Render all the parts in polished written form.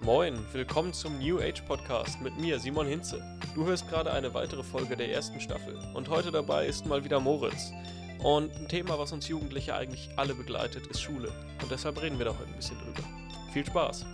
Moin, willkommen zum New Age Podcast mit mir, Simon Hinze. Du hörst gerade eine weitere Folge der ersten Staffel und heute dabei ist mal wieder Moritz. Und ein Thema, was uns Jugendliche eigentlich alle begleitet, ist Schule. Und deshalb reden wir da heute ein bisschen drüber. Viel Spaß!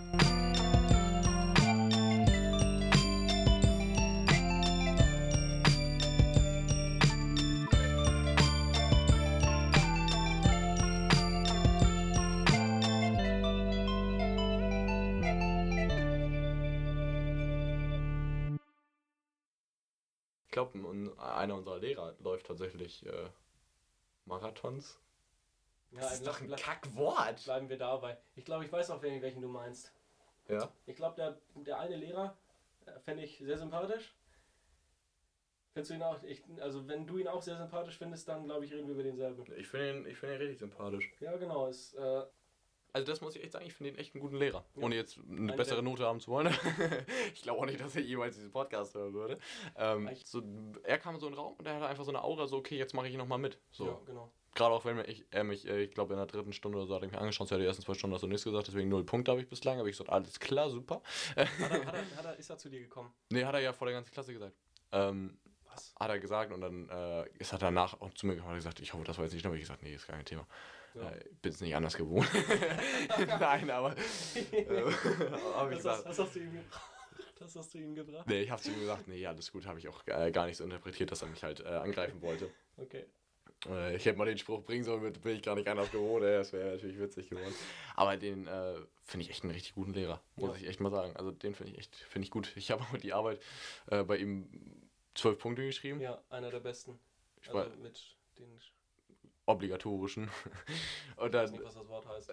Ich glaube, einer unserer Lehrer läuft tatsächlich Marathons. Ja, Das ist doch ein Kackwort. Bleiben wir dabei. Ich glaube, ich weiß auch, welchen du meinst. Ja? Ich glaube, der eine Lehrer fände ich sehr sympathisch. Findest du ihn auch? Also wenn du ihn auch sehr sympathisch findest, dann glaube ich, reden wir über denselben. Ich finde ihn richtig sympathisch. Ja, genau. Also das muss ich echt sagen, ich finde ihn echt einen guten Lehrer. Ja. Ohne jetzt eine bessere Note haben zu wollen. Ich glaube auch nicht, dass er jemals diesen Podcast hören würde. Er kam in so einen Raum und er hatte einfach so eine Aura, so okay, jetzt mache ich nochmal mit. So. Ja, genau. Gerade auch wenn er mich, ich glaube in der 3. Stunde oder so hat er mich angeschaut, ja, die ersten 2 Stunden hast du nichts gesagt, deswegen 0 Punkte habe ich bislang. Habe ich gesagt, alles klar, super. Ist er zu dir gekommen? Nee, hat er ja vor der ganzen Klasse gesagt. Was? Hat er gesagt und dann ist er danach auch zu mir gekommen und gesagt, ich hoffe, das war jetzt nicht, aber ich gesagt, nee, ist gar kein Thema. Ja. Bin es nicht anders gewohnt. Nein, aber hab ich gesagt. Was hast du ihm gebracht? Das hast du ihm gebracht? Nee, ich habe zu ihm gesagt, nee, alles gut, habe ich auch gar nicht so interpretiert, dass er mich halt angreifen wollte. Okay. Ich hätte mal den Spruch bringen sollen, bin ich gar nicht anders gewohnt, das wäre natürlich witzig geworden. Aber den finde ich echt einen richtig guten Lehrer, muss ich echt mal sagen. Also den finde ich gut. Ich habe auch die Arbeit bei ihm 12 Punkte geschrieben. Ja, einer der besten. Mit den... Obligatorischen. Und Ich dann, weiß nicht, was das Wort heißt.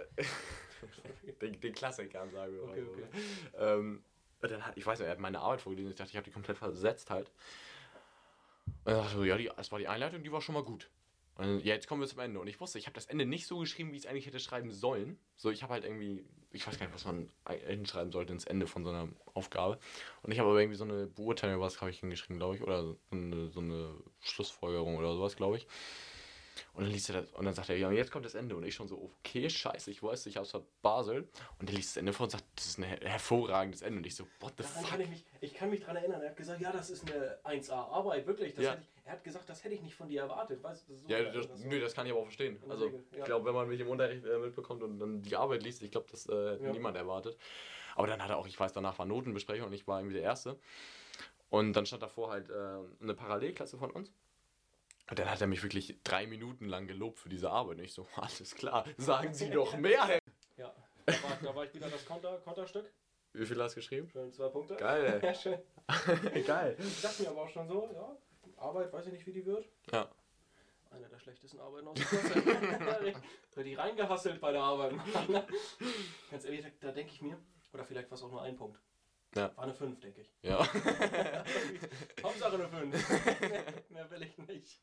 den Klassikern, sagen wir mal Okay, so. okay. Und dann ich weiß nicht, er hat meine Arbeit vorgelesen, ich dachte, ich habe die komplett versetzt halt. Und dann dachte ich so, ja, das war die Einleitung, die war schon mal gut. Und dann, ja, jetzt kommen wir zum Ende. Und ich wusste, ich habe das Ende nicht so geschrieben, wie ich es eigentlich hätte schreiben sollen. So, ich habe halt irgendwie, ich weiß gar nicht, was man hinschreiben sollte ins Ende von so einer Aufgabe. Und ich habe aber irgendwie so eine Beurteilung, was habe ich hingeschrieben, glaube ich, oder so eine Schlussfolgerung oder sowas, glaube ich. Und dann liest er das und dann sagt er, ja, jetzt kommt das Ende. Und ich schon so, okay, scheiße, ich weiß, ich habe es verbaselt. Und er liest das Ende vor und sagt, das ist ein hervorragendes Ende. Und ich so, what the fuck? Ich kann mich daran erinnern, er hat gesagt, ja, das ist eine 1A-Arbeit, wirklich. Er hat gesagt, das hätte ich nicht von dir erwartet. Weißt du, so Ja, das kann ich aber auch verstehen. Also, ich glaube, wenn man mich im Unterricht mitbekommt und dann die Arbeit liest, ich glaube, das niemand erwartet. Aber dann hat er auch, ich weiß, danach war Notenbesprechung und ich war irgendwie der Erste. Und dann stand davor halt eine Parallelklasse von uns. Und dann hat er mich wirklich 3 Minuten lang gelobt für diese Arbeit. Und ich so, alles klar, sagen Sie doch mehr. Ja, da war ich wieder das Konterstück. Wie viel hast du geschrieben? Schön 2 Punkte. Geil, Ja, schön. ey. Geil. Ich dachte mir aber auch schon so, ja, Arbeit, weiß ich nicht, wie die wird. Ja. Eine der schlechtesten Arbeiten aus der Klasse. Richtig reingehasselt bei der Arbeit. Ganz ehrlich, da denke ich mir, oder vielleicht war es auch nur 1 Punkt. Ja. War eine 5, denke ich. Ja. Hauptsache eine 5. Mehr will ich nicht.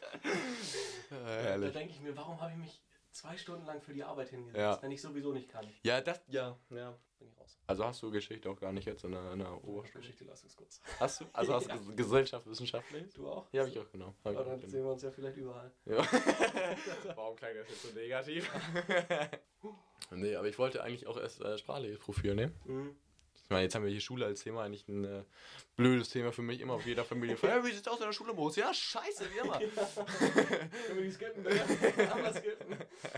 Da Herrlich. denke ich mir, warum habe ich mich 2 Stunden lang für die Arbeit hingesetzt, Ja. wenn ich sowieso nicht kann? Ja. Bin ich raus. Also hast du Geschichte auch gar nicht jetzt in der Oberstufe? Geschichte Leistungskurs. Hast du? Also hast du Gesellschaftswissenschaftlich? Du auch? Ja, habe ich auch, genau. Aber dann sehen wir uns ja vielleicht überall. Ja. Warum klang das jetzt so negativ? Nee, aber ich wollte eigentlich auch erst sprachliches Profil nehmen. Mhm. Ich meine, jetzt haben wir hier Schule als Thema, eigentlich ein blödes Thema für mich, immer auf jeder Familie. Hey, wie sieht's aus in der Schule, Moritz? Ja, scheiße, wie immer. Können wir die skippen, bitte? Aber skippen.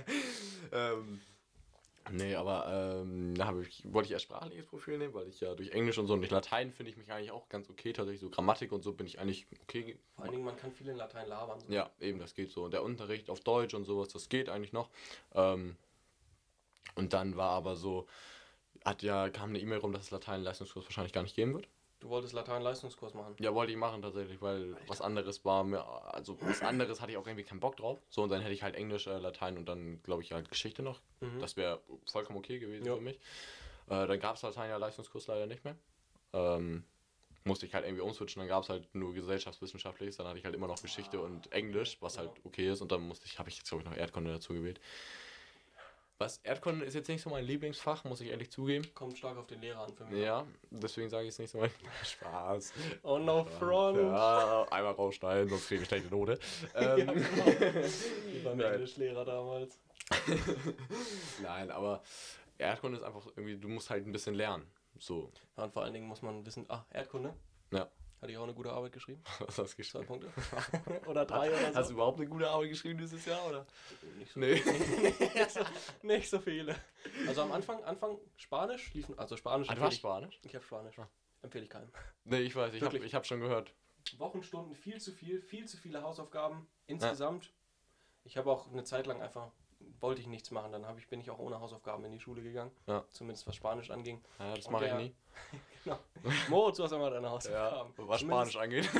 Nee, aber da wollte ich erst sprachliches Profil nehmen, weil ich ja durch Englisch und so und durch Latein finde ich mich eigentlich auch ganz okay. Tatsächlich so Grammatik und so bin ich eigentlich okay. Vor allen Dingen, man kann viel in Latein labern. So. Ja, eben, das geht so. Und der Unterricht auf Deutsch und sowas, das geht eigentlich noch. Und dann war aber so, kam eine E-Mail rum, dass es Latein-Leistungskurs wahrscheinlich gar nicht geben wird. Du wolltest Latein-Leistungskurs machen? Ja, wollte ich machen tatsächlich, weil was anderes war mir, also was anderes hatte ich auch irgendwie keinen Bock drauf. So, und dann hätte ich halt Englisch, Latein und dann, glaube ich, halt Geschichte noch. Mhm. Das wäre vollkommen okay gewesen für mich. Dann gab es Latein-Leistungskurs leider nicht mehr. Musste ich halt irgendwie umswitchen, dann gab es halt nur gesellschaftswissenschaftliches, dann hatte ich halt immer noch Geschichte und Englisch, was halt okay ist und dann habe ich jetzt, glaube ich, noch Erdkunde dazu gewählt. Erdkunde ist jetzt nicht so mein Lieblingsfach, muss ich ehrlich zugeben. Kommt stark auf den Lehrer an für mich. Ja, deswegen sage ich es nicht so mein Spaß. Oh no front. Ja, einmal rausschneiden, sonst kriege ich schlechte Note. Ja, genau. Wie beim Englischlehrer damals. Nein, aber Erdkunde ist einfach irgendwie, du musst halt ein bisschen lernen. So. Ja, und vor allen Dingen muss man wissen, Erdkunde. Ja. Hatte ich auch eine gute Arbeit geschrieben? Was hast du 2 geschrieben? Punkte. Oder 3 oder so. Hast du überhaupt eine gute Arbeit geschrieben dieses Jahr, oder? Nicht so, Nee. nicht so viele. Also am Anfang Spanisch liefen, also Spanisch. Ah, du hast Spanisch? Ich habe Spanisch. Ja. Empfehle ich keinem. Nee, ich weiß, Wirklich? ich hab schon gehört. Wochenstunden viel zu viele Hausaufgaben insgesamt. Ja. Ich habe auch eine Zeit lang wollte ich nichts machen, dann bin ich auch ohne Hausaufgaben in die Schule gegangen. Ja. Zumindest was Spanisch anging. Ja, das mache ich nie. Genau. Moritz, du hast immer deine Hausaufgaben. Ja, was Spanisch angeht.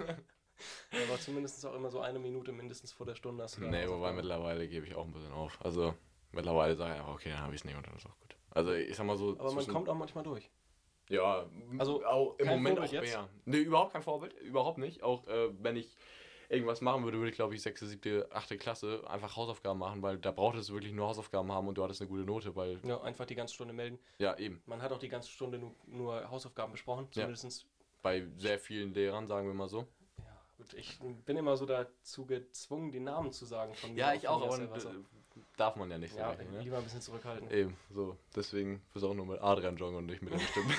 Aber zumindest auch immer so 1 Minute mindestens vor der Stunde. Nee, wobei mittlerweile gebe ich auch ein bisschen auf. Also mittlerweile sage ich einfach, okay, dann habe ich es nicht und dann ist auch gut. Also ich sag mal so. Aber man kommt auch manchmal durch. Ja, also auch im Moment Vorbild auch jetzt? mehr. Nee, überhaupt kein Vorbild, überhaupt nicht. Auch wenn ich irgendwas machen würde, würde ich glaube ich 6., 7., 8. Klasse einfach Hausaufgaben machen, weil da braucht es wirklich nur Hausaufgaben haben und du hattest eine gute Note, weil... Ja, einfach die ganze Stunde melden. Ja, eben. Man hat auch die ganze Stunde nur Hausaufgaben besprochen, zumindest. Ja. Bei sehr vielen Lehrern, sagen wir mal so. Ja, gut, ich bin immer so dazu gezwungen, die Namen zu sagen von mir. Ja, ich auch, aber darf man ja nicht so ja, richtig, ne? Lieber ein bisschen zurückhalten. Eben, so. Deswegen wirst du auch nur mit Adrian joggen und nicht mit dem Stimmen.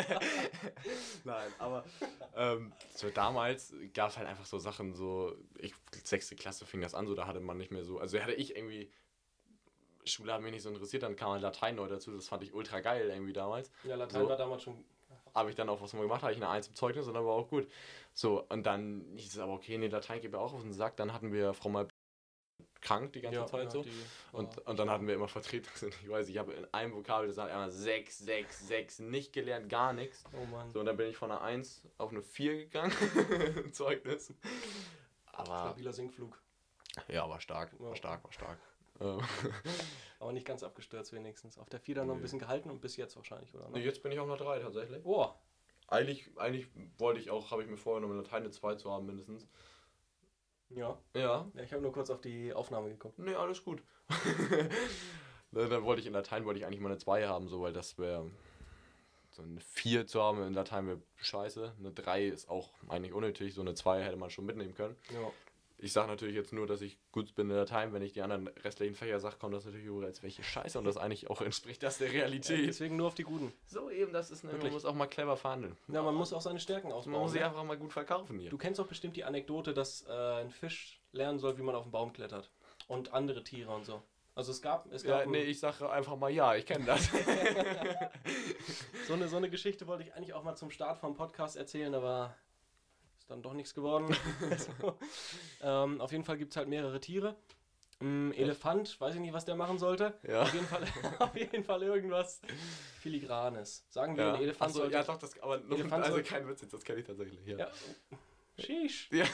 Nein, aber so damals gab es halt einfach so Sachen, so 6. Klasse fing das an, so da hatte man nicht mehr so, also hatte ich irgendwie, Schule hat mich nicht so interessiert, dann kam halt Latein neu dazu, das fand ich ultra geil irgendwie damals. Ja, Latein war damals schon... Habe ich dann auch was mal gemacht, habe ich eine 1 im Zeugnis und dann war auch gut. So, und dann hieß es aber, okay, nee, Latein geht mir auch auf den Sack, dann hatten wir Frau mal krank die ganze Zeit so. Und dann hatten wir immer Vertretung. Ich weiß, ich habe in einem Vokabel gesagt, einmal 6, 6, 6, nicht gelernt, gar nichts. Oh Mann. So, und dann bin ich von einer 1 auf eine 4 gegangen im Zeugnis. Aber... Stabiler Sinkflug. Ja, war stark, war stark. Aber nicht ganz abgestürzt wenigstens. Auf der 4 dann noch ein bisschen gehalten und bis jetzt wahrscheinlich, oder? Nee, jetzt bin ich auf einer 3 tatsächlich. Oh. Eigentlich wollte ich auch, habe ich mir vorgenommen, Latein eine 2 zu haben mindestens. Ja. Ja. Ich habe nur kurz auf die Aufnahme geguckt. Nee, alles gut. Dann wollte ich in Latein eigentlich mal eine 2 haben, so, weil das wäre... So eine 4 zu haben in Latein wäre scheiße. Eine 3 ist auch eigentlich unnötig. So eine 2 hätte man schon mitnehmen können. Ja. Ich sage natürlich jetzt nur, dass ich gut bin in Latein. Wenn ich die anderen restlichen Fächer sage, kommt das natürlich über als welche Scheiße. Und das eigentlich auch entspricht das der Realität. Deswegen nur auf die Guten. So eben, das ist man muss auch mal clever verhandeln. Ja, man muss auch seine Stärken ausbauen. Man muss sie einfach mal gut verkaufen hier. Du kennst doch bestimmt die Anekdote, dass ein Fisch lernen soll, wie man auf den Baum klettert. Und andere Tiere und so. Also es gab ja, nee, ich sage einfach mal ja, ich kenne das. so eine Geschichte wollte ich eigentlich auch mal zum Start vom Podcast erzählen, aber ist dann doch nichts geworden. Also, auf jeden Fall gibt es halt mehrere Tiere. Elefant, weiß ich nicht, was der machen sollte. Ja. Auf jeden Fall irgendwas Filigranes. Sagen wir, ein Elefant so, sollte... Ja, doch, das, aber Elefant also sollte, kein Witz jetzt, das kenne ich tatsächlich. Ja. Ja. Sheesh. Ja.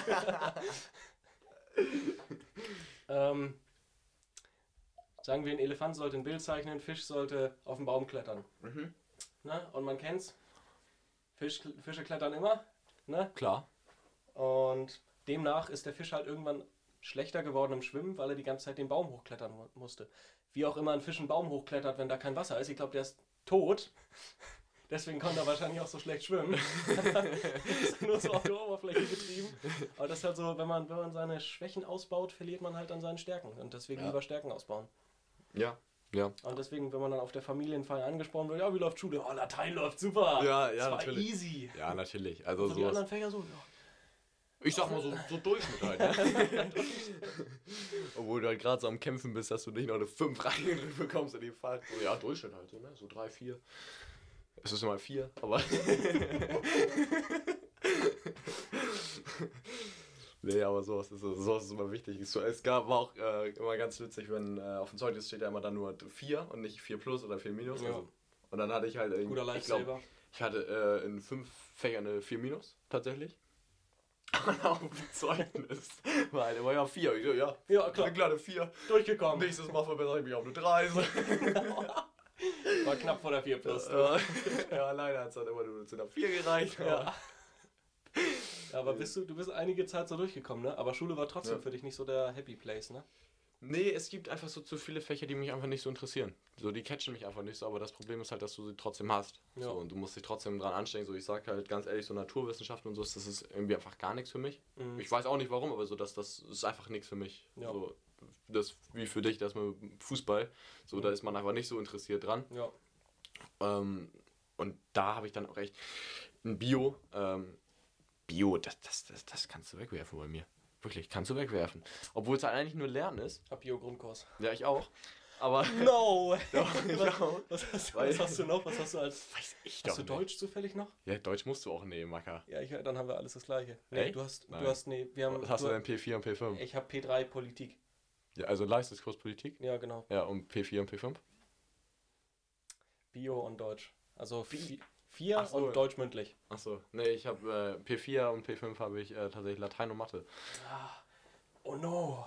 Sagen wir, ein Elefant sollte ein Bild zeichnen, ein Fisch sollte auf den Baum klettern. Mhm. Ne? Und man kennt's. Fische klettern immer. Ne? Klar. Und demnach ist der Fisch halt irgendwann schlechter geworden im Schwimmen, weil er die ganze Zeit den Baum hochklettern musste. Wie auch immer ein Fisch einen Baum hochklettert, wenn da kein Wasser ist. Ich glaube, der ist tot. Deswegen konnte er wahrscheinlich auch so schlecht schwimmen. Ist nur so auf der Oberfläche getrieben. Aber das ist halt so, wenn man seine Schwächen ausbaut, verliert man halt an seinen Stärken. Und deswegen lieber Stärken ausbauen. Ja. Ja. Und deswegen, wenn man dann auf der Familienfeier angesprochen wird, ja, wie läuft Schule? Oh, Latein läuft super. Ja, das war natürlich. Easy. Ja, natürlich. Also die anderen Fächer so, ja. Ich sag mal so Durchschnitt halt. Ne? Obwohl du halt gerade so am Kämpfen bist, dass du nicht noch eine 5 rein bekommst in die Fahrt. So, ja, Durchschnitt halt so, ne? So 3, 4. Es ist mal 4, aber... Nee, aber sowas ist immer wichtig. War auch immer ganz witzig, wenn auf dem Zeugnis steht ja immer dann nur 4 und nicht 4 plus oder 4 minus. Ja. Also, und dann hatte ich halt Guter Lifesaver. Ich hatte in 5 Fächern eine 4 minus, tatsächlich. Und auf dem Zeugnis war halt immer 4. Ich so, ja, klar, eine 4. Durchgekommen. Nächstes Mal verbessere ich mich auf eine 3. War knapp vor der 4 plus. Ja, leider hat es dann immer nur zu einer 4 gereicht. Ja. Aber du bist einige Zeit so durchgekommen, ne? Aber Schule war trotzdem für dich nicht so der Happy Place, ne? Nee, es gibt einfach so zu viele Fächer, die mich einfach nicht so interessieren. So, die catchen mich einfach nicht so, aber das Problem ist halt, dass du sie trotzdem hast. Ja. So, und du musst dich trotzdem dran anstrengen. So, ich sag halt ganz ehrlich, so Naturwissenschaften und so, das ist irgendwie einfach gar nichts für mich. Ich weiß auch nicht warum, aber so, das ist einfach nichts für mich. Ja. So, das wie für dich, das mit Fußball. So, da ist man einfach nicht so interessiert dran. Ja. Und da habe ich dann auch echt ein Bio. Bio, das kannst du wegwerfen bei mir. Wirklich, kannst du wegwerfen. Obwohl es halt eigentlich nur Lernen ist. Hab Bio-Grundkurs. Ja, ich auch. Aber. No! Doch, ich auch. Was hast du noch? Was hast du als... Weiß ich Hast doch du Deutsch zufällig noch? Ja, Deutsch musst du auch nehmen, Macker. Ja, dann haben wir alles das Gleiche. Echt? Du hast, Nein. wir haben... Was hast du denn P4 und P5? Ich habe P3 Politik. Ja, also Leistungskurs Politik. Ja, genau. Ja, und P4 und P5? Bio und Deutsch. Also 4 so. und Deutsch mündlich. Achso, nee, ich habe P4 und P5 habe ich tatsächlich Latein und Mathe. Oh no.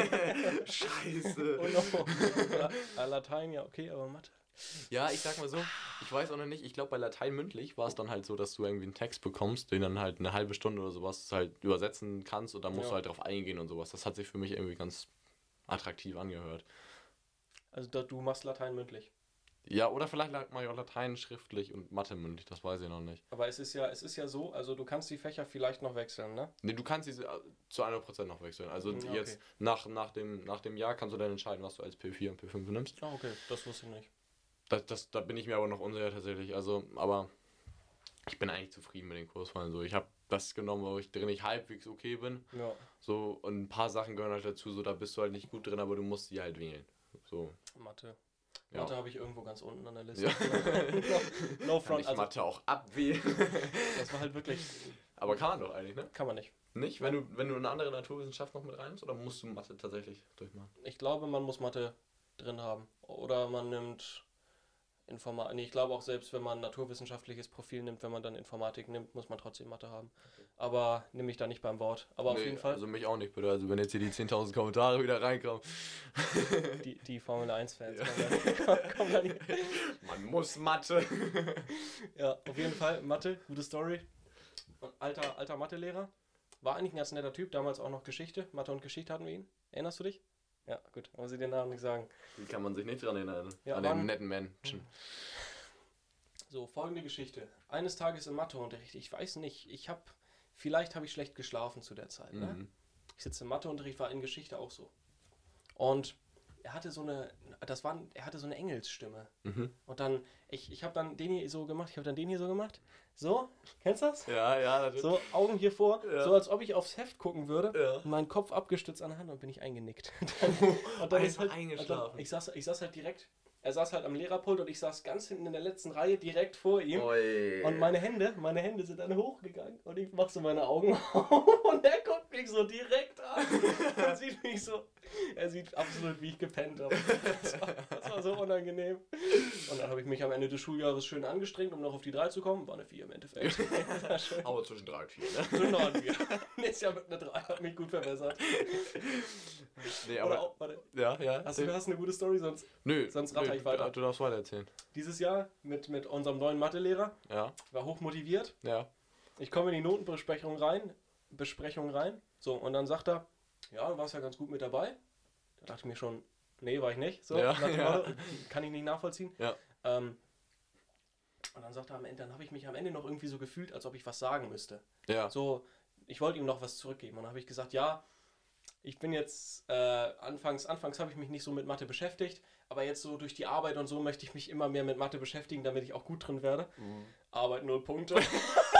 Scheiße. Oh no. Latein, ja, okay, aber Mathe. Ja, ich sag mal so, ich weiß auch noch nicht, ich glaube bei Latein mündlich war es dann halt so, dass du irgendwie einen Text bekommst, den dann halt eine halbe Stunde oder sowas halt übersetzen kannst und dann musst du halt drauf eingehen und sowas. Das hat sich für mich irgendwie ganz attraktiv angehört. Also du machst Latein mündlich. Ja, oder vielleicht mache ich auch Latein schriftlich und Mathe mündlich, das weiß ich noch nicht. Aber es ist ja so, also du kannst die Fächer vielleicht noch wechseln, ne? Nee, du kannst diese zu 100% noch wechseln. Also Okay. jetzt nach dem Jahr kannst du dann entscheiden, was du als P4 und P5 nimmst. Ah, okay, das wusste ich nicht. Da bin ich mir aber noch unsicher tatsächlich. Also, aber ich bin eigentlich zufrieden mit den Kurswahlen. So, ich habe das genommen, wo ich drin nicht halbwegs okay bin. Ja. So, und ein paar Sachen gehören halt dazu, so da bist du halt nicht gut drin, aber du musst die halt wählen. So. Mathe. Ja. Mathe habe ich irgendwo ganz unten an der Liste. Ja. No Kann front, ich also Mathe auch abwählen. das war halt wirklich... Aber kann man doch eigentlich, ne? Kann man nicht. Nicht? Wenn du eine andere Naturwissenschaft noch mit reinnimmst, oder musst du Mathe tatsächlich durchmachen? Ich glaube, man muss Mathe drin haben. Oder man nimmt Informatik. Nee, ich glaube auch selbst, wenn man ein naturwissenschaftliches Profil nimmt, wenn man dann Informatik nimmt, muss man trotzdem Mathe haben. Okay. Aber nehme ich da nicht beim Wort. Aber auf jeden Fall. Also mich auch nicht, bitte. Also wenn jetzt hier die 10.000 Kommentare wieder reinkommen. Die Formel 1-Fans Ja. kommen da nicht. Man muss Mathe. Ja, auf jeden Fall. Mathe, gute Story. Alter Mathelehrer. War eigentlich ein ganz netter Typ, damals auch noch Geschichte. Mathe und Geschichte hatten wir ihn. Erinnerst du dich? Ja, gut, muss ich den Namen nicht sagen. Wie kann man sich nicht dran erinnern? Ja, an den netten Menschen. So, folgende Geschichte. Eines Tages im Matheunterricht, ich weiß nicht, vielleicht habe ich schlecht geschlafen zu der Zeit. Ne? Mhm. Ich sitze im Matheunterricht, war in Geschichte auch so. Und er hatte so eine Engelsstimme. Mhm. Und dann, ich habe dann den hier so gemacht, So, kennst du das? Ja, natürlich. So, Augen hier vor, Ja. so als ob ich aufs Heft gucken würde. Ja. Und mein Kopf abgestützt an der Hand und bin ich eingenickt. Und Einfach eingeschlafen. ich saß halt direkt, er saß halt am Lehrerpult und ich saß ganz hinten in der letzten Reihe direkt vor ihm. Oi. Und meine Hände sind dann hochgegangen und ich mach so meine Augen auf und er guckt mich so direkt an und sieht mich so. Er sieht absolut, wie ich gepennt habe. Das war so unangenehm. Und dann habe ich mich am Ende des Schuljahres schön angestrengt, um noch auf die 3 zu kommen. War eine 4 im Endeffekt. Aber zwischen 3 und 4, ne? Zwischen 3 und 4. Nächstes Jahr mit einer 3, hat mich gut verbessert. Nee, Oder aber... auch, warte. Ja. Hast du eine gute Story? Sonst ratter ich weiter. Du darfst weiter erzählen. Dieses Jahr mit unserem neuen Mathelehrer. Ja. War hochmotiviert. Ja. Ich komme in die Notenbesprechung rein. So, und dann sagt er, ja, du warst ja ganz gut mit dabei. Da dachte ich mir schon, nee, war ich nicht. So, Ja, nach dem ja. Motto, kann ich nicht nachvollziehen. Ja. Und dann sagt er am Ende, dann habe ich mich am Ende noch irgendwie so gefühlt, als ob ich was sagen müsste. Ja. So, ich wollte ihm noch was zurückgeben. Und dann habe ich gesagt, ja, ich bin jetzt, anfangs habe ich mich nicht so mit Mathe beschäftigt, aber jetzt so durch die Arbeit und so möchte ich mich immer mehr mit Mathe beschäftigen, damit ich auch gut drin werde. Mhm. Arbeit 0 Punkte. 0!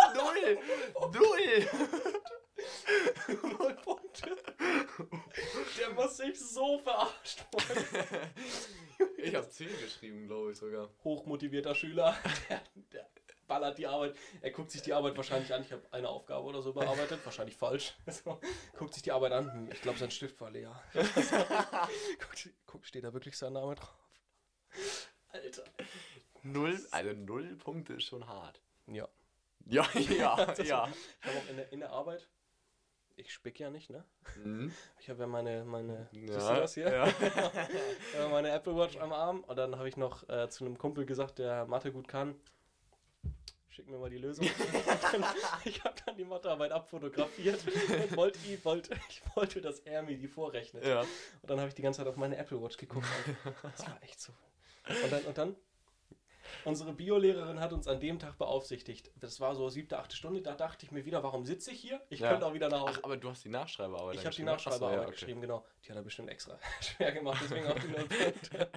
0 Punkte. Der muss sich so verarscht worden. Ich habe 10 geschrieben, glaube ich sogar. Hochmotivierter Schüler, der ballert die Arbeit. Er guckt sich die Arbeit wahrscheinlich an. Ich habe eine Aufgabe oder so bearbeitet, wahrscheinlich falsch. So, guckt sich die Arbeit an. Ich glaube, sein Stift war leer. Steht da wirklich sein Name drauf? Alter. 0 Punkte ist schon hart. Ja. Ja. Ich habe auch in der Arbeit, ich spick ja nicht, ne? Mhm. Ich habe ja meine Ja, siehst du das hier? ja. Ich habe meine Apple Watch am Arm und dann habe ich noch zu einem Kumpel gesagt, der Mathe gut kann, schick mir mal die Lösung. Ich habe dann die Mathearbeit abfotografiert und ich wollte, dass er mir die vorrechnet. Ja. Und dann habe ich die ganze Zeit auf meine Apple Watch geguckt. Das war echt so. Und dann Unsere Biolehrerin hat uns an dem Tag beaufsichtigt. Das war so 7., 8. Stunde. Da dachte ich mir wieder, warum sitze ich hier? Ich könnte auch wieder nach Hause. Ach, aber du hast die Nachschreibarbeit Ich habe die Nachschreibarbeit geschrieben, genau. Die hat er bestimmt extra schwer gemacht, deswegen auch die 0 Punkte.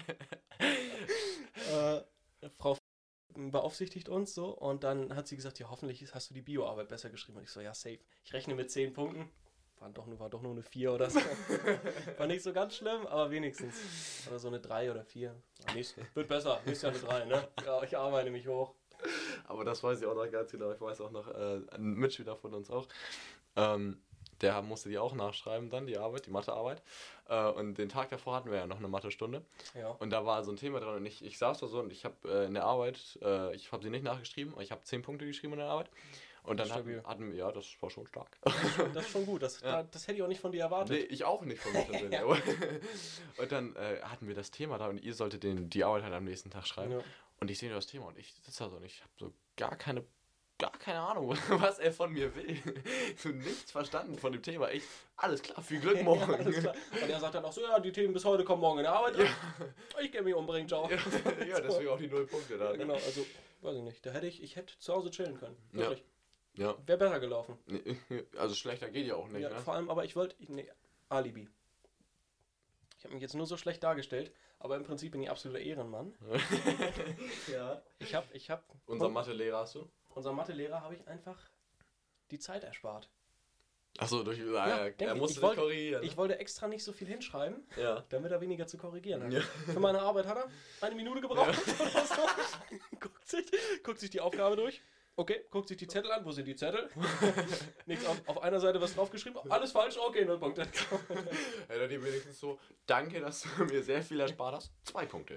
Frau beaufsichtigt uns so und dann hat sie gesagt, ja, hoffentlich hast du die Bioarbeit besser geschrieben. Und ich so, ja, safe. Ich rechne mit 10 Punkten. War doch nur eine 4 oder so. War nicht so ganz schlimm, aber wenigstens. Oder so eine 3 oder 4. Wird besser, nächstes Jahr eine 3, ne? Ja, ich arbeite mich hoch. Aber das weiß ich auch noch ganz genau. Ich weiß auch noch, ein Mitschüler von uns auch, der musste die auch nachschreiben dann, die Arbeit, die Mathearbeit. Und den Tag davor hatten wir ja noch eine Mathestunde. Ja. Und da war so ein Thema dran und ich saß da so und ich habe in der Arbeit, ich habe sie nicht nachgeschrieben, ich habe 10 Punkte geschrieben in der Arbeit. Und dann hatten wir, ja, das war schon stark. Das ist schon gut, das hätte ich auch nicht von dir erwartet. Nee, ich auch nicht von mir tatsächlich. Und dann hatten wir das Thema da und ihr solltet die Arbeit halt am nächsten Tag schreiben. Ja. Und ich sehe nur das Thema und ich sitze da so und ich habe so gar keine Ahnung, was er von mir will. So nichts verstanden von dem Thema. Ich, alles klar, viel Glück morgen. Ja, alles klar. Und er sagt dann auch so, ja, die Themen bis heute kommen morgen in der Arbeit. Ja. Ich gehe mich umbringen, ciao. Ja, deswegen auch die 0 Punkte da. Ja, genau, also, weiß ich nicht. Ich hätte zu Hause chillen können. Wirklich. Ja. Wäre besser gelaufen. Also schlechter geht ja auch nicht, ja, ne? Vor allem, aber Alibi. Ich habe mich jetzt nur so schlecht dargestellt, aber im Prinzip bin ich absoluter Ehrenmann. Ja. Ich hab Unser Mathelehrer hast du? Unser Mathelehrer habe ich einfach die Zeit erspart. Achso, er musste dich korrigieren. Ne? Ich wollte extra nicht so viel hinschreiben, damit er weniger zu korrigieren hat. Ja. Für meine Arbeit hat er 1 Minute gebraucht oder so. Guckt sich die Aufgabe durch. Okay, guckt sich die Zettel an. Wo sind die Zettel? Nichts auf einer Seite was draufgeschrieben. Alles falsch, okay, 0 Punkte. Ja, die wenigstens so, danke, dass du mir sehr viel erspart hast. 2 Punkte.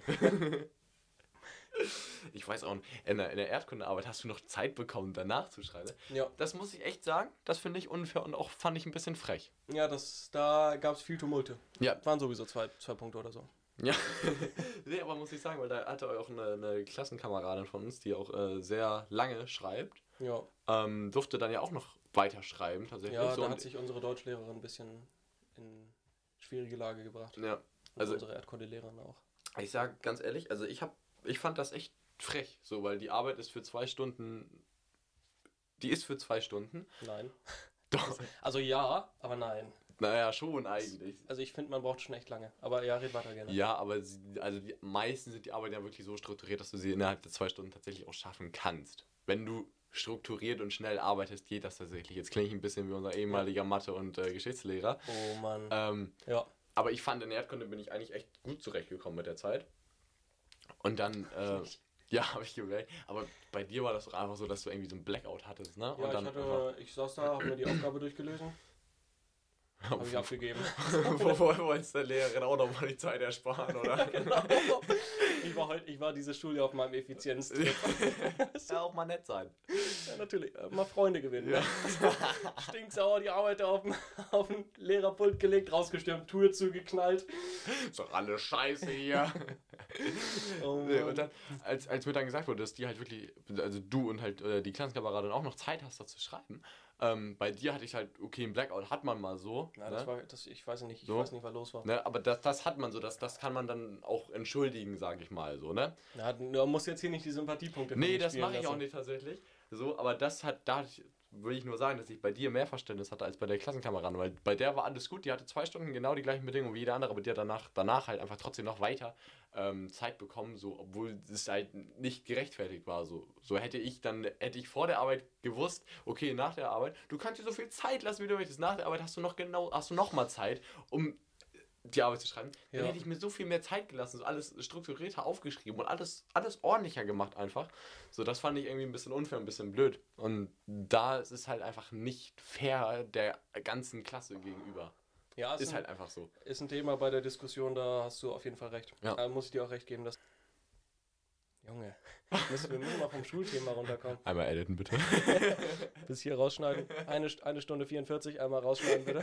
Ich weiß auch, in der Erdkundearbeit hast du noch Zeit bekommen, danach zu schreiben. Ja. Das muss ich echt sagen, das finde ich unfair und auch fand ich ein bisschen frech. Ja, da gab es viel Tumulte. Ja. Waren sowieso 2 Punkte oder so. Ja, nee, aber muss ich sagen, weil da hatte auch eine Klassenkameradin von uns, die auch sehr lange schreibt. Ja. Durfte dann ja auch noch weiter schreiben, tatsächlich. Ja, so, da hat sich unsere Deutschlehrerin ein bisschen in schwierige Lage gebracht. Ja. Also unsere Erdkundelehrerin auch. Ich sage ganz ehrlich, also ich fand das echt frech, so, weil die Arbeit ist für 2 Stunden. Die ist für 2 Stunden. Nein. Doch. Also ja, aber nein. Naja, schon eigentlich. Also ich finde, man braucht schon echt lange. Aber ja, red weiter gerne. Ja, aber meistens sind die Arbeiten ja wirklich so strukturiert, dass du sie innerhalb der 2 Stunden tatsächlich auch schaffen kannst. Wenn du strukturiert und schnell arbeitest, geht das tatsächlich. Jetzt klinge ich ein bisschen wie unser ehemaliger Mathe- und Geschichtslehrer. Oh Mann. Ja. Aber ich fand, in Erdkunde bin ich eigentlich echt gut zurechtgekommen mit der Zeit. Und dann... Ja, habe ich gemerkt. Aber bei dir war das doch einfach so, dass du irgendwie so ein Blackout hattest, ne? Ja, und dann ich saß da, habe mir die Aufgabe durchgelesen. Habe ich abgegeben. Wo wolltest du der Lehrerin auch nochmal die Zeit ersparen, oder? Genau. Ich war dieses Schuljahr auf meinem Effizienztrip. Ja, auch mal nett sein. Ja, natürlich. Mal Freunde gewinnen. Ja. Stinksauer die Arbeit auf den Lehrerpult gelegt, rausgestürmt, Tür zugeknallt. Ist doch alles scheiße hier. Oh und dann, als mir dann gesagt wurde, dass die halt wirklich, also du und halt die Klassenkameradin auch noch Zeit hast, das zu schreiben, bei dir hatte ich halt, okay, ein Blackout hat man mal so. Ja, ne? Ich weiß nicht, was los war. Ne? Aber das hat man so, das kann man dann auch entschuldigen, sage ich mal so, ne? Ja, du musst jetzt hier nicht die Sympathiepunkte Nee, das mache ich auch nicht tatsächlich. So, aber will ich nur sagen, dass ich bei dir mehr Verständnis hatte als bei der Klassenkameradin, weil bei der war alles gut, die hatte 2 Stunden genau die gleichen Bedingungen wie jeder andere, aber die hat danach halt einfach trotzdem noch weiter Zeit bekommen, so, obwohl es halt nicht gerechtfertigt war. So hätte ich vor der Arbeit gewusst, okay, nach der Arbeit, du kannst dir so viel Zeit lassen, wie du möchtest, nach der Arbeit hast du noch mal Zeit, um die Arbeit zu schreiben, dann hätte ich mir so viel mehr Zeit gelassen, so alles strukturierter aufgeschrieben und alles ordentlicher gemacht einfach. So, das fand ich irgendwie ein bisschen unfair, ein bisschen blöd. Und da ist es halt einfach nicht fair der ganzen Klasse gegenüber. Ja, ist halt einfach so. Ist ein Thema bei der Diskussion, da hast du auf jeden Fall recht. Ja. Da muss ich dir auch recht geben, dass... Junge, wir müssen mal vom Schulthema runterkommen. Einmal editen, bitte. Bis hier rausschneiden. Eine Stunde 44, einmal rausschneiden, bitte.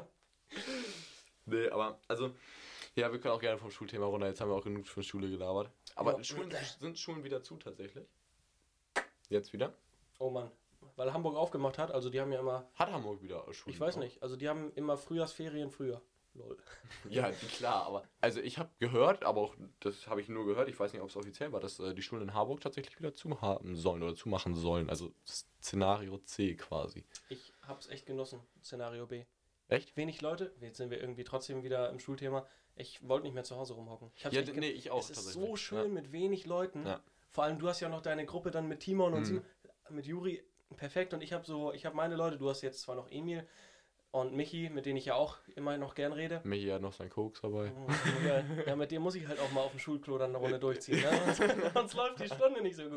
Nee, aber, also, ja, wir können auch gerne vom Schulthema runter. Jetzt haben wir auch genug von Schule gelabert. Aber sind Schulen wieder zu, tatsächlich? Jetzt wieder? Oh Mann. Weil Hamburg aufgemacht hat, also die haben ja immer... Hat Hamburg wieder Schulen? Ich weiß nicht, also die haben immer Frühjahrsferien früher. Lol. Ja, klar, aber also ich habe gehört, aber auch das habe ich nur gehört, ich weiß nicht, ob es offiziell war, dass die Schulen in Harburg tatsächlich wieder zuhaben sollen oder zumachen sollen. Also Szenario C quasi. Ich hab's echt genossen, Szenario B. Echt? Wenig Leute, jetzt sind wir irgendwie trotzdem wieder im Schulthema. Ich wollte nicht mehr zu Hause rumhocken. Nee, ich auch Es ist tatsächlich. so schön mit wenig Leuten. Ja. Vor allem, du hast ja noch deine Gruppe dann mit Timon und mit Juri. Perfekt. Und ich habe meine Leute, du hast jetzt zwar noch Emil und Michi, mit denen ich ja auch immer noch gern rede. Michi hat noch seinen Koks dabei. Ja, mit dem muss ich halt auch mal auf dem Schulklo dann eine Runde durchziehen. Ne? Sonst läuft die Stunde nicht so gut.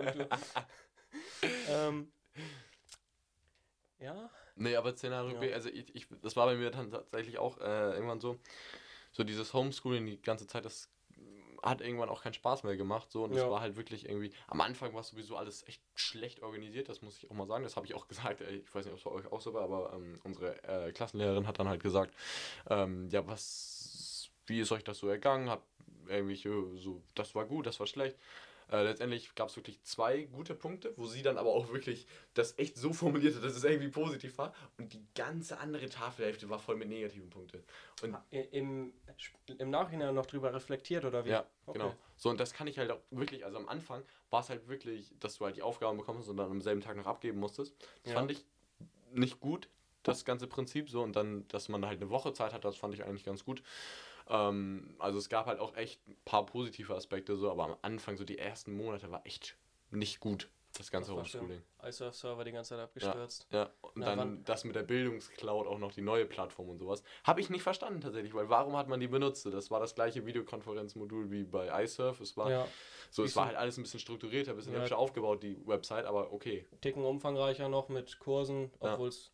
Ja. Nee, aber Szenario B, also das war bei mir dann tatsächlich auch irgendwann so dieses Homeschooling die ganze Zeit, das hat irgendwann auch keinen Spaß mehr gemacht, so, und es war halt wirklich irgendwie, am Anfang war sowieso alles echt schlecht organisiert, das muss ich auch mal sagen, das habe ich auch gesagt, ich weiß nicht, ob es bei euch auch so war, aber unsere Klassenlehrerin hat dann halt gesagt, ja, wie ist euch das so ergangen, hat irgendwelche, so, das war gut, das war schlecht. Letztendlich gab es wirklich 2 gute Punkte, wo sie dann aber auch wirklich das echt so formulierte, dass es irgendwie positiv war. Und die ganze andere Tafelhälfte war voll mit negativen Punkten. Und Im Nachhinein noch drüber reflektiert, oder wie? ja, okay. Genau. So, und das kann ich halt auch wirklich, also am Anfang war es halt wirklich, dass du halt die Aufgaben bekommst und dann am selben Tag noch abgeben musstest. Das fand ich nicht gut, das ganze Prinzip so. Und dann, dass man halt eine Woche Zeit hat, das fand ich eigentlich ganz gut. Also es gab halt auch echt ein paar positive Aspekte so, aber am Anfang, so die ersten Monate, war echt nicht gut, das ganze Homeschooling. iSurf-Server die ganze Zeit abgestürzt. Ja, und dann das mit der Bildungscloud, auch noch die neue Plattform und sowas. Habe ich nicht verstanden tatsächlich, weil warum hat man die benutzt? Das war das gleiche Videokonferenzmodul wie bei iSurf. Es war es war halt alles ein bisschen strukturierter, ein bisschen hübscher aufgebaut, die Website, aber okay. Ticken umfangreicher noch mit Kursen, obwohl es,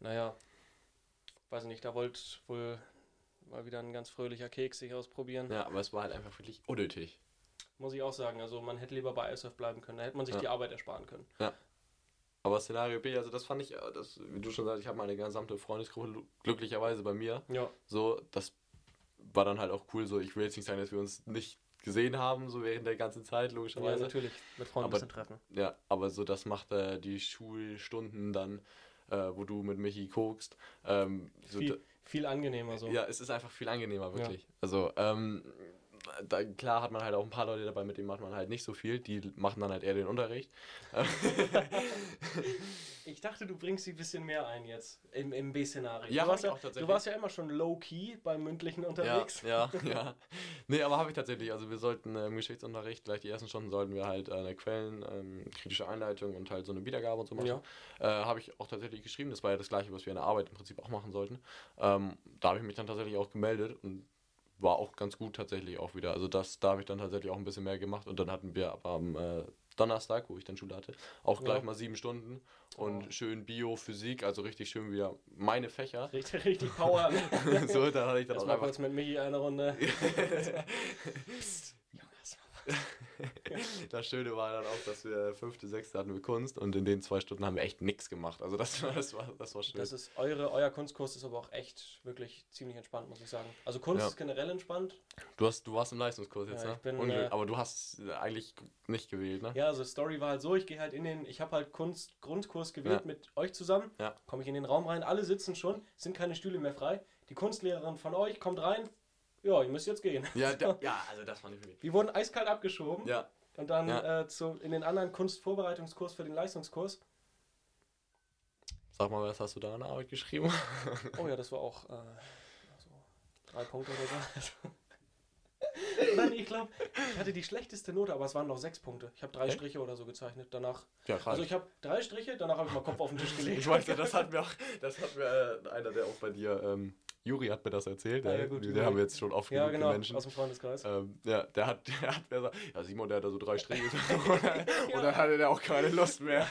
weiß nicht, da wollte wohl mal wieder ein ganz fröhlicher Keks sich ausprobieren. Ja, aber es war halt einfach wirklich unnötig. Muss ich auch sagen, also man hätte lieber bei iSurf bleiben können, da hätte man sich die Arbeit ersparen können. Ja. Aber Szenario B, also das fand ich, wie du schon sagst, ich habe meine gesamte Freundesgruppe glücklicherweise bei mir. Ja. So, das war dann halt auch cool, so, ich will jetzt nicht sagen, dass wir uns nicht gesehen haben, so während der ganzen Zeit, logischerweise. Ja, natürlich, mit Freunden ein bisschen treffen. Ja, aber so, das macht die Schulstunden dann, wo du mit Michi kokst. Viel angenehmer so. Ja, es ist einfach viel angenehmer, wirklich. Ja. Also, klar hat man halt auch ein paar Leute dabei, mit denen macht man halt nicht so viel. Die machen dann halt eher den Unterricht. Ich dachte, du bringst sie ein bisschen mehr ein jetzt im B-Szenario. Ja, du warst ja immer schon low-key beim mündlichen unterwegs. Ja. Nee, aber habe ich tatsächlich. Also wir sollten im Geschichtsunterricht, gleich die ersten Stunden sollten wir halt eine Quellen, kritische Einleitung und halt so eine Wiedergabe und so machen. Ja. Habe ich auch tatsächlich geschrieben. Das war ja das Gleiche, was wir in der Arbeit im Prinzip auch machen sollten. Da habe ich mich dann tatsächlich auch gemeldet und war auch ganz gut tatsächlich auch wieder. Also da habe ich dann tatsächlich auch ein bisschen mehr gemacht und dann hatten wir aber am Donnerstag, wo ich dann Schule hatte, auch gleich mal 7 Stunden und schön Bio, Physik, also richtig schön wieder meine Fächer. Richtig Power. So, dann hatte ich dann auch mal kurz mit Michi eine Runde. Psst, Das Schöne war dann auch, dass wir 5., 6. hatten wir Kunst und in den 2 Stunden haben wir echt nichts gemacht. Also das war schön. Das ist euer Kunstkurs ist aber auch echt wirklich ziemlich entspannt, muss ich sagen. Also Kunst ist generell entspannt. Du warst im Leistungskurs jetzt, ne? Aber du hast eigentlich nicht gewählt, ne? Ja, also Story war halt so, ich habe halt Grundkurs gewählt mit euch zusammen. Ja. Komme ich in den Raum rein, alle sitzen schon, sind keine Stühle mehr frei. Die Kunstlehrerin von euch kommt rein. Ja, ihr müsst jetzt gehen. Ja, also das fand ich wirklich. Wir wurden eiskalt abgeschoben. Ja. Und dann in den anderen Kunstvorbereitungskurs für den Leistungskurs. Sag mal, was hast du da an der Arbeit geschrieben? Oh ja, das war auch 3 Punkte oder so. Nein, ich glaube, ich hatte die schlechteste Note, aber es waren noch 6 Punkte. Ich habe 3 Striche oder so gezeichnet. Danach. Ja, krass. Also ich habe 3 Striche, danach habe ich mal Kopf auf den Tisch gelegt. Ich weiß ja, das hat mir einer, der auch bei dir, Juri hat mir das erzählt. Ja, gut, den haben wir jetzt schon oft genug Menschen. Aus dem Freundeskreis. Der hat gesagt, ja Simon, der hat da so 3 Striche. Und dann hatte der auch keine Lust mehr.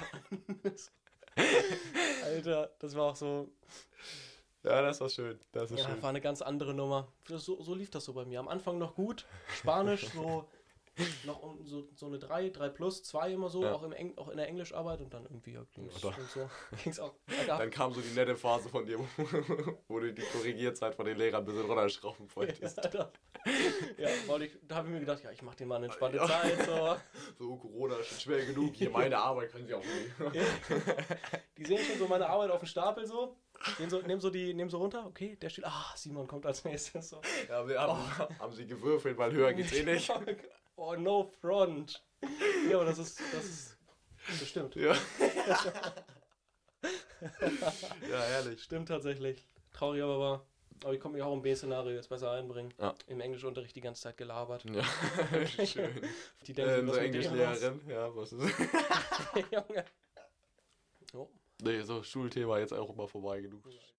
Alter, das war auch so. Ja, das war schön. Das ist schön. War eine ganz andere Nummer. So lief das so bei mir. Am Anfang noch gut. Spanisch noch so eine 3 plus, 2 immer so, auch in der Englischarbeit und dann irgendwie ging's auch. Dann kam so die nette Phase von dir, wo du die Korrigierzeit von den Lehrern ein bisschen runterschrauben wolltest. Da habe ich mir gedacht, ich mache den mal eine entspannte Zeit. So, Corona ist schon schwer genug, hier meine Arbeit können sie auch nicht. Die sehen schon so meine Arbeit auf dem Stapel so. Nehmen so runter, okay, der steht, Simon kommt als nächstes. So. Ja, haben sie gewürfelt, weil höher geht's eh nicht. Oh, no front. Ja, aber das ist bestimmt. Ja. Ja, herrlich. Stimmt tatsächlich. Traurig aber wahr. Aber ich konnte mich auch im B-Szenario jetzt besser einbringen. Ja. Im Englischunterricht die ganze Zeit gelabert. Ja, schön. Die denken, was Unsere mit dem Englischlehrerin, ja, was ist Junge. Oh. Nee, so Schulthema jetzt auch immer vorbei genug.